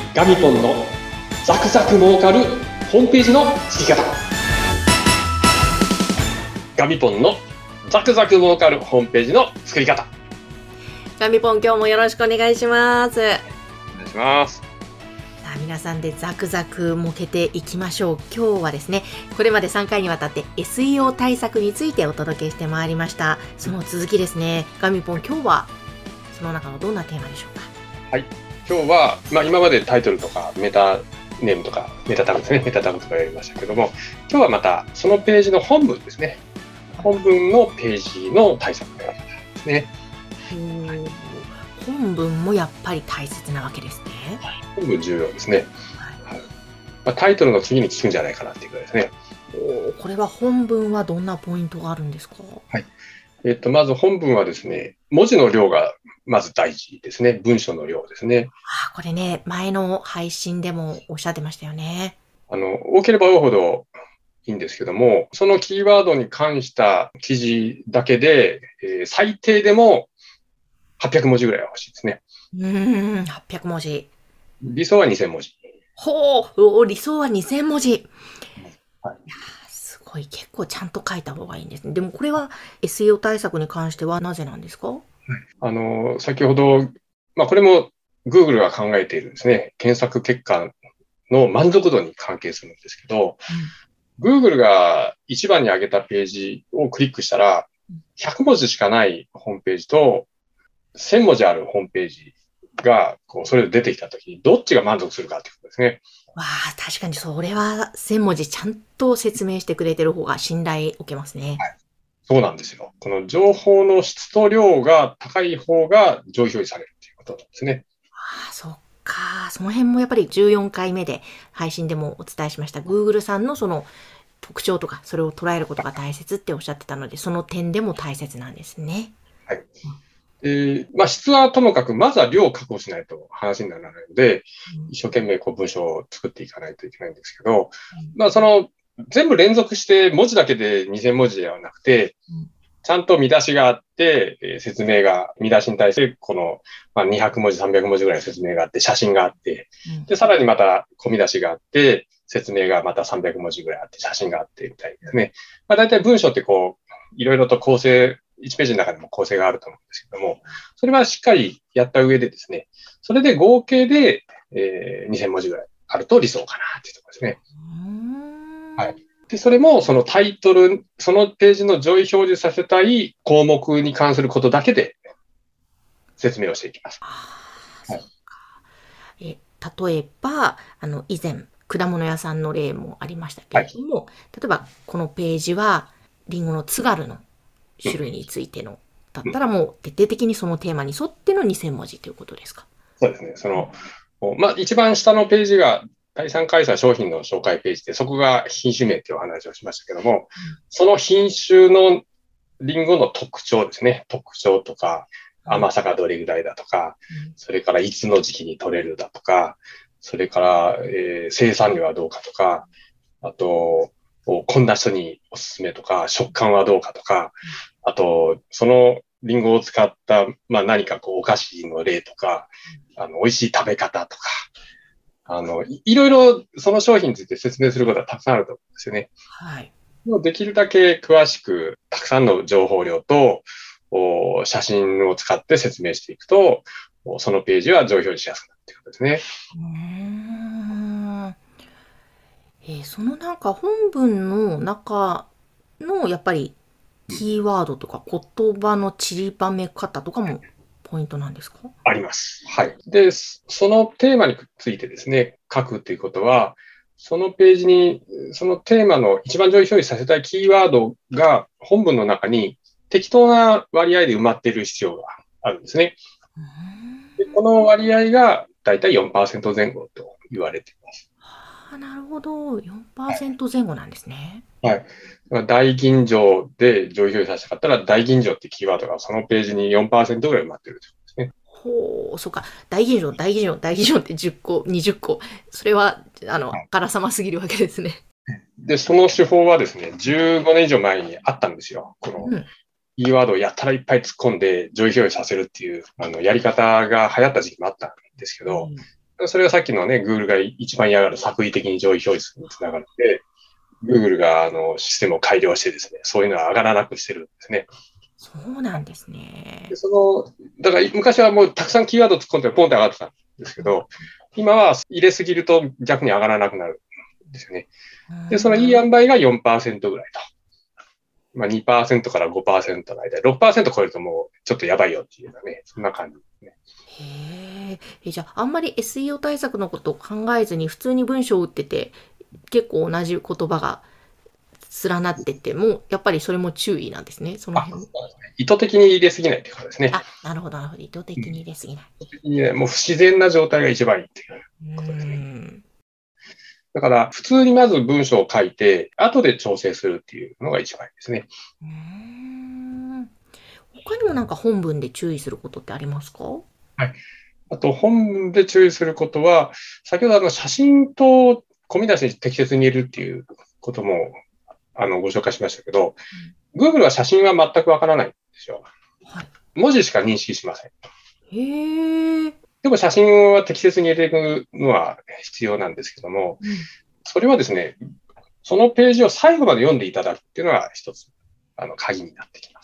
ガミポンのザクザク儲かるホームページの作り方。ガミポンのザクザク儲かるホームページの作り方。 ガミポン、今日もよろしくお願いします。 お願いします。 さあ、皆さんでザクザク儲けていきましょう。今日はですね、これまで3回にわたって SEO 対策についてお届けしてまいりました。その続きですね。ガミポン、今日はその中のどんなテーマでしょうか？ はい、今日は、今までタイトルとかメタネームとかメタタグですね、メタタグとかやりましたけども、今日はまたそのページの本文ですね、本文のページの対策のやり方ですね。 本文もやっぱり大切なわけですね。 本文重要ですね。タイトルの次に効くんじゃないかなっていうぐらいですね。 これは本文はどんなポイントがあるんですか？ はい。まず本文はですね、文字の量がまず大事ですね。文章の量ですね。 これね、前の配信でもおっしゃってましたよね。 多ければ多いほどいいんですけども、そのキーワードに関した記事だけで、最低でも800文字ぐらいは欲しいですね。 800文字。 理想は2000文字。 理想は2000文字。 はい、 すごい、結構ちゃんと書いた方がいいんですね。でもこれは SEO 対策に関してはなぜなんですか？ 先ほど、これも Google が考えているですね、検索結果の満足度に関係するんですけど、Google が一番に上げたページをクリックしたら、100文字しかないホームページと、1000文字あるホームページが、それで出てきたときに、どっちが満足するかっていうことですね。 確かにそれは1000文字ちゃんと説明してくれてる方が信頼を受けますね。 はい。そうなんですよ。この情報の質と量が高い方が上位表示されるということなんですね。 そっか。その辺もやっぱり14回目で配信でもお伝えしました。Google さんのその特徴とか、それを捉えることが大切っておっしゃってたので、その点でも大切なんですね。 はい。質はともかく、まずは量を確保しないと話にならないので、一生懸命文章を作っていかないといけないんですけど、全部連続して文字だけで2000文字ではなくて、ちゃんと見出しがあって、説明が、見出しに対して200文字、300文字ぐらいの説明があって、写真があって、で、さらにまた込み出しがあって、説明がまた300文字ぐらいあって、写真があってみたいですね。大体文章っていろいろと構成、1ページの中でも構成があると思うんですけども、それはしっかりやった上でですね、それで合計で、2000文字ぐらいあると理想かなっていうところですね。はい。で、それもそのタイトル、そのページの上位表示させたい項目に関することだけで説明をしていきます。 例えば、以前、果物屋さんの例もありましたけれども、例えばこのページはリンゴの津軽の種類についてのだったらもう徹底的にそのテーマに沿っての2000文字ということですか？ そうですね。一番下のページが第3回は商品の紹介ページで、そこが品種名というお話をしましたけども、その品種のリンゴの特徴ですね。特徴とか、甘さがどれぐらいだとか、それからいつの時期に取れるだとか、それから、生産量はどうかとか、あと、こんな人におすすめとか、食感はどうかとか、あと、そのリンゴを使った、何かお菓子の例とか、美味しい食べ方とか、いろいろその商品について説明することはたくさんあると思うんですよね。 はい。 できるだけ詳しく、たくさんの情報量と、写真を使って説明していくと、そのページは上表示しやすくなるということですね。 その本文の中のやっぱりキーワードとか言葉の散りばめ方とかもポイントなんですか？ あります。はい。で、そのテーマについてですね、書くということは、そのページに、そのテーマの一番上位表示させたいキーワードが本文の中に適当な割合で埋まっている必要があるんですね。でこの割合がだいたい 4% 前後と言われています。 なるほど。4% 前後なんですね。 はい。大吟醸で上位表示させたかったら、大吟醸ってキーワードがそのページに 4% ぐらい埋まっているということですね。 そうか。大吟醸って10個、20個。それは、からさますぎるわけですね。 で、その手法はですね、15年以上前にあったんですよ。キーワードをやったらいっぱい突っ込んで上位表示させるっていうやり方が流行った時期もあったんですけど、 それがさっきのね、Google が一番嫌がる作為的に上位表示につながって、Google がシステムを改良してですね、そういうのは上がらなくしてるんですね。 そうなんですで、 ね。 だから昔はもうたくさんキーワード突っ込んでポンって上がってたんですけど、今は入れすぎると逆に上がらなくなるんですよね。で、そのいい塩梅が4%ぐらいと。まあ2%から5%の間、6%超えるともうちょっとやばいよっていうようなね、そんな感じですね。 へえ。じゃあ、あんまり SEO 対策のことを考えずに普通に文章を打ってて、結構同じ言葉が連なってても、やっぱりそれも注意なんですね、その辺も。 意図的に入れすぎないっていうことですね。 あ、なるほど、なるほど。意図的に入れすぎない。 意図的にね、もう不自然な状態が一番いいっていうことですね。だから、普通にまず文章を書いて、後で調整するっていうのが一番いいですね。 他にもなんか本文で注意することってありますか？ はい。あと、本文で注意することは、先ほど写真と込み出しに適切に入れるっていうことも、ご紹介しましたけど、Google は写真は全くわからないんですよ。 はい。 文字しか認識しません。 へえ。 でも写真は適切に入れていくのは必要なんですけども、それはですね、そのページを最後まで読んでいただくっていうのが一つ、鍵になってきます。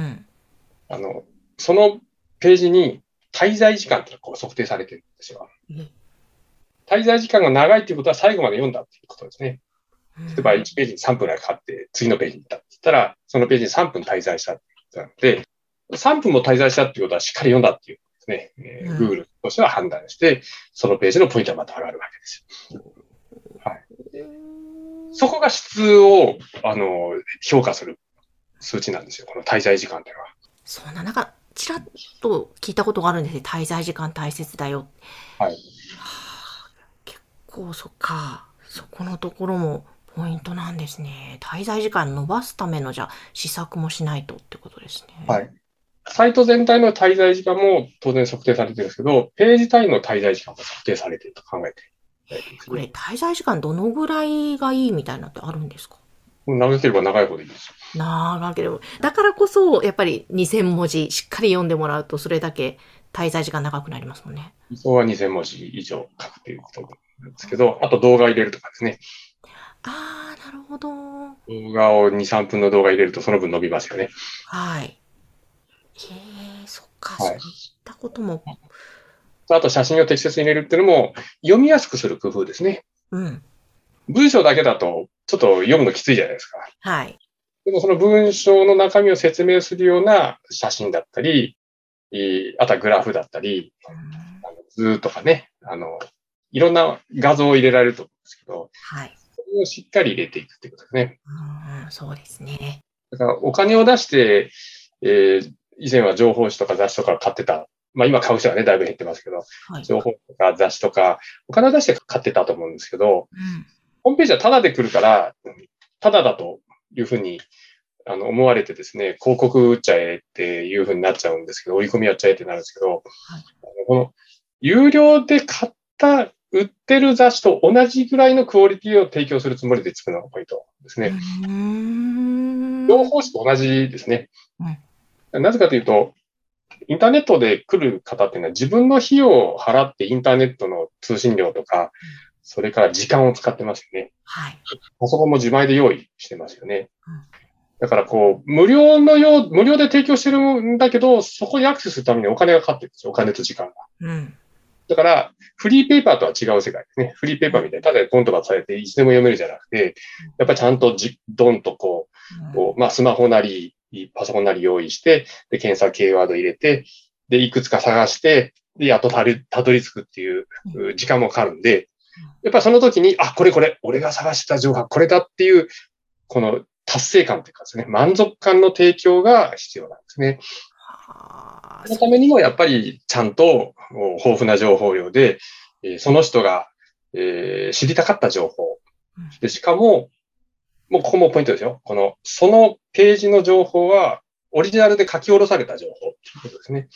そのページに滞在時間っていうのがこう測定されてるんですよ。滞在時間が長いっていうことは最後まで読んだっていうことですね。例えば1ページに3分ぐらいかかって次のページに行ったって言ったら、そのページに3分滞在したって言ったので、3分も滞在したっていうことはしっかり読んだっていうですね、Google としては判断して、そのページのポイントがまた上がるわけですよ。はい。そこが質を、評価する数値なんですよ。この滞在時間っていうのは。 そうなんか、ちらっと聞いたことがあるんですね。滞在時間大切だよ。 はい。 結構、そっか。そこのところもポイントなんですね。滞在時間伸ばすための、じゃあ、施策もしないとってことですね。 はい。サイト全体の滞在時間も当然測定されてるんですけど、ページ単位の滞在時間も測定されていると考えていただいていいですこれ、 ね。 滞在時間どのぐらいがいいみたいなのってあるんですか？ 長ければ長いほどいいです。 長ければ。だからこそ、やっぱり2000文字しっかり読んでもらうと、それだけ滞在時間長くなりますもんね。 理想は2000文字以上書くということなんですけど、あと動画入れるとかですね。 ああ、なるほど。 動画を2、3分の動画入れるとその分伸びますよね。 はい。へえ、そっか、 はい。 そういったことも。 あと写真を適切に入れるっていうのも読みやすくする工夫ですね。文章だけだとちょっと読むのきついじゃないですか。 はい。 でもその文章の中身を説明するような写真だったり、あとはグラフだったり、図とかね、いろんな画像を入れられると思うんですけど、 はい。 それをしっかり入れていくっていうことですね。 そうですね。 だからお金を出して、以前は情報誌とか雑誌とか買ってた。まあ今買う人はね、だいぶ減ってますけど、 はい。 情報とか雑誌とか、お金を出して買ってたと思うんですけど、ホームページはタダで来るから、タダだというふうに思われてですね、広告打っちゃえっていうふうになっちゃうんですけど、折り込みやっちゃえってなるんですけど、この有料で買った売ってる雑誌と同じぐらいのクオリティを提供するつもりで作るのがポイントですね。情報誌と同じですね。なぜかというと、インターネットで来る方っていうのは自分の費用を払ってインターネットの通信料とか、それから時間を使ってますよね。 はい。 パソコンも自前で用意してますよね。だから無料で提供してるんだけど、そこにアクセスするためにお金がかかってるんですよ。お金と時間が。だから、フリーペーパーとは違う世界ですね。フリーペーパーみたいに、ただコントがされていつでも読めるじゃなくて、やっぱりちゃんとドンとまあ、スマホなり、パソコンなり用意して、で、検索キーワード入れて、で、いくつか探して、で、やっとたどり着くっていう時間もかかるんで、やっぱりその時に、あ、これ、俺が探した情報はこれだっていう、この達成感というかですね、満足感の提供が必要なんですね。そのためにもやっぱりちゃんと豊富な情報量で、その人が、知りたかった情報。で、しかも、もうここもポイントですよ。そのページの情報は、オリジナルで書き下ろされた情報ということですね。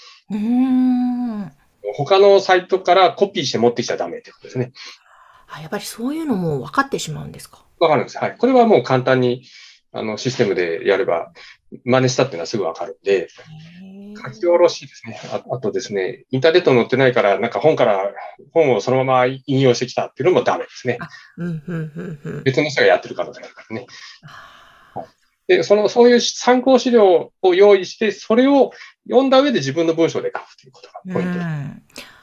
他のサイトからコピーして持ってきちゃダメということですね。 やっぱりそういうのも分かってしまうんですか？ わかるんです。はい。これはもう簡単に、システムでやれば、真似したっていうのはすぐわかるんで、 書き下ろしですね。あとですね、インターネット載ってないから、なんか本をそのまま引用してきたっていうのもダメですね。別の人がやってる可能性があるからね。で、そういう参考資料を用意して、それを読んだ上で自分の文章で書くということがポイントです。はい。なる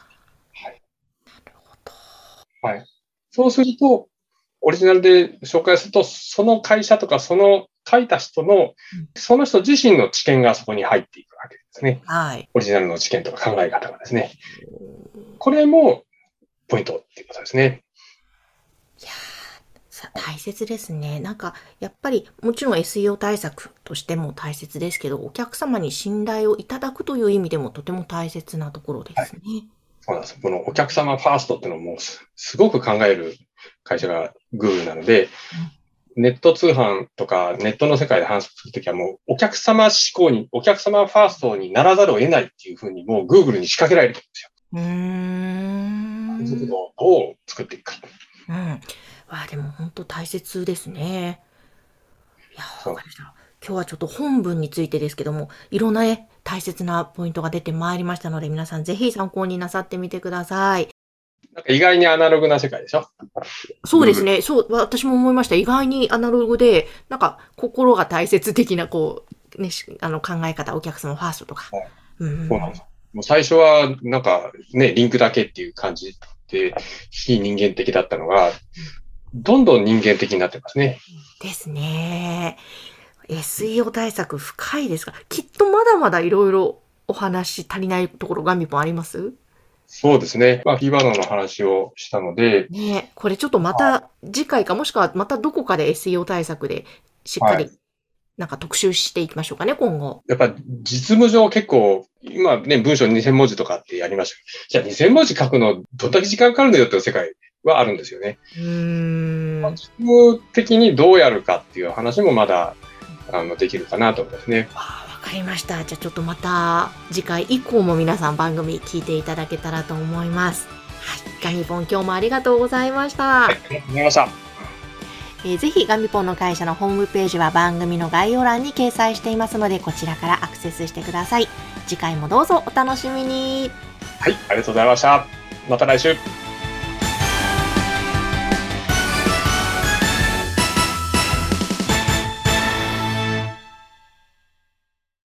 ほど。はい。そうすると、オリジナルで紹介すると、その会社とか、その書いた人の、その人自身の知見がそこに入っていくわけですね。はい。オリジナルの知見とか考え方がですね。これもポイントっていうことですね。 いや大切ですね。なんか、やっぱり、もちろん SEO 対策としても大切ですけど、お客様に信頼をいただくという意味でもとても大切なところですね。はい、 そうなんです。このお客様ファーストっていうのもすごく考える会社が Google なので、ネット通販とかネットの世界で話するときはもうお客様志向に、お客様ファーストにならざるを得ないっていうふうにもう Google に仕掛けられてるんですよ。満足度をどう作っていくか。 でも本当大切ですね。いや、わかりました。今日はちょっと本文についてですけども、いろんなね、大切なポイントが出てまいりましたので、皆さんぜひ参考になさってみてください。 なんか意外にアナログな世界でしょ？ そうですね。そう、私も思いました。意外にアナログで、なんか心が大切的な、こう、ね、考え方、お客様ファーストとか。はい、 そうなんです。もう最初は、なんかね、リンクだけっていう感じで、非人間的だったのが、どんどん人間的になってますね。 ですね。SEO 対策深いですが、きっとまだまだいろいろお話足りないところがみぽんあります？ そうですね。キーワードの話をしたので。 ね、これちょっとまた次回かもしくはまたどこかで SEO 対策でしっかりなんか特集していきましょうかね、今後。 やっぱ実務上結構、今ね、文章2000文字とかってやりました。じゃあ2000文字書くのどんだけ時間かかるのよっていう世界はあるんですよね。実務的にどうやるかっていう話もまだできるかなと思いますね。 わかりました。じゃあちょっとまた次回以降も皆さん番組聞いていただけたらと思います。はい。ガミポン今日もありがとうございました。 ありがとうございました。 ぜひガミポンの会社のホームページは番組の概要欄に掲載していますので、こちらからアクセスしてください。次回もどうぞお楽しみに。 はい、ありがとうございました。また来週。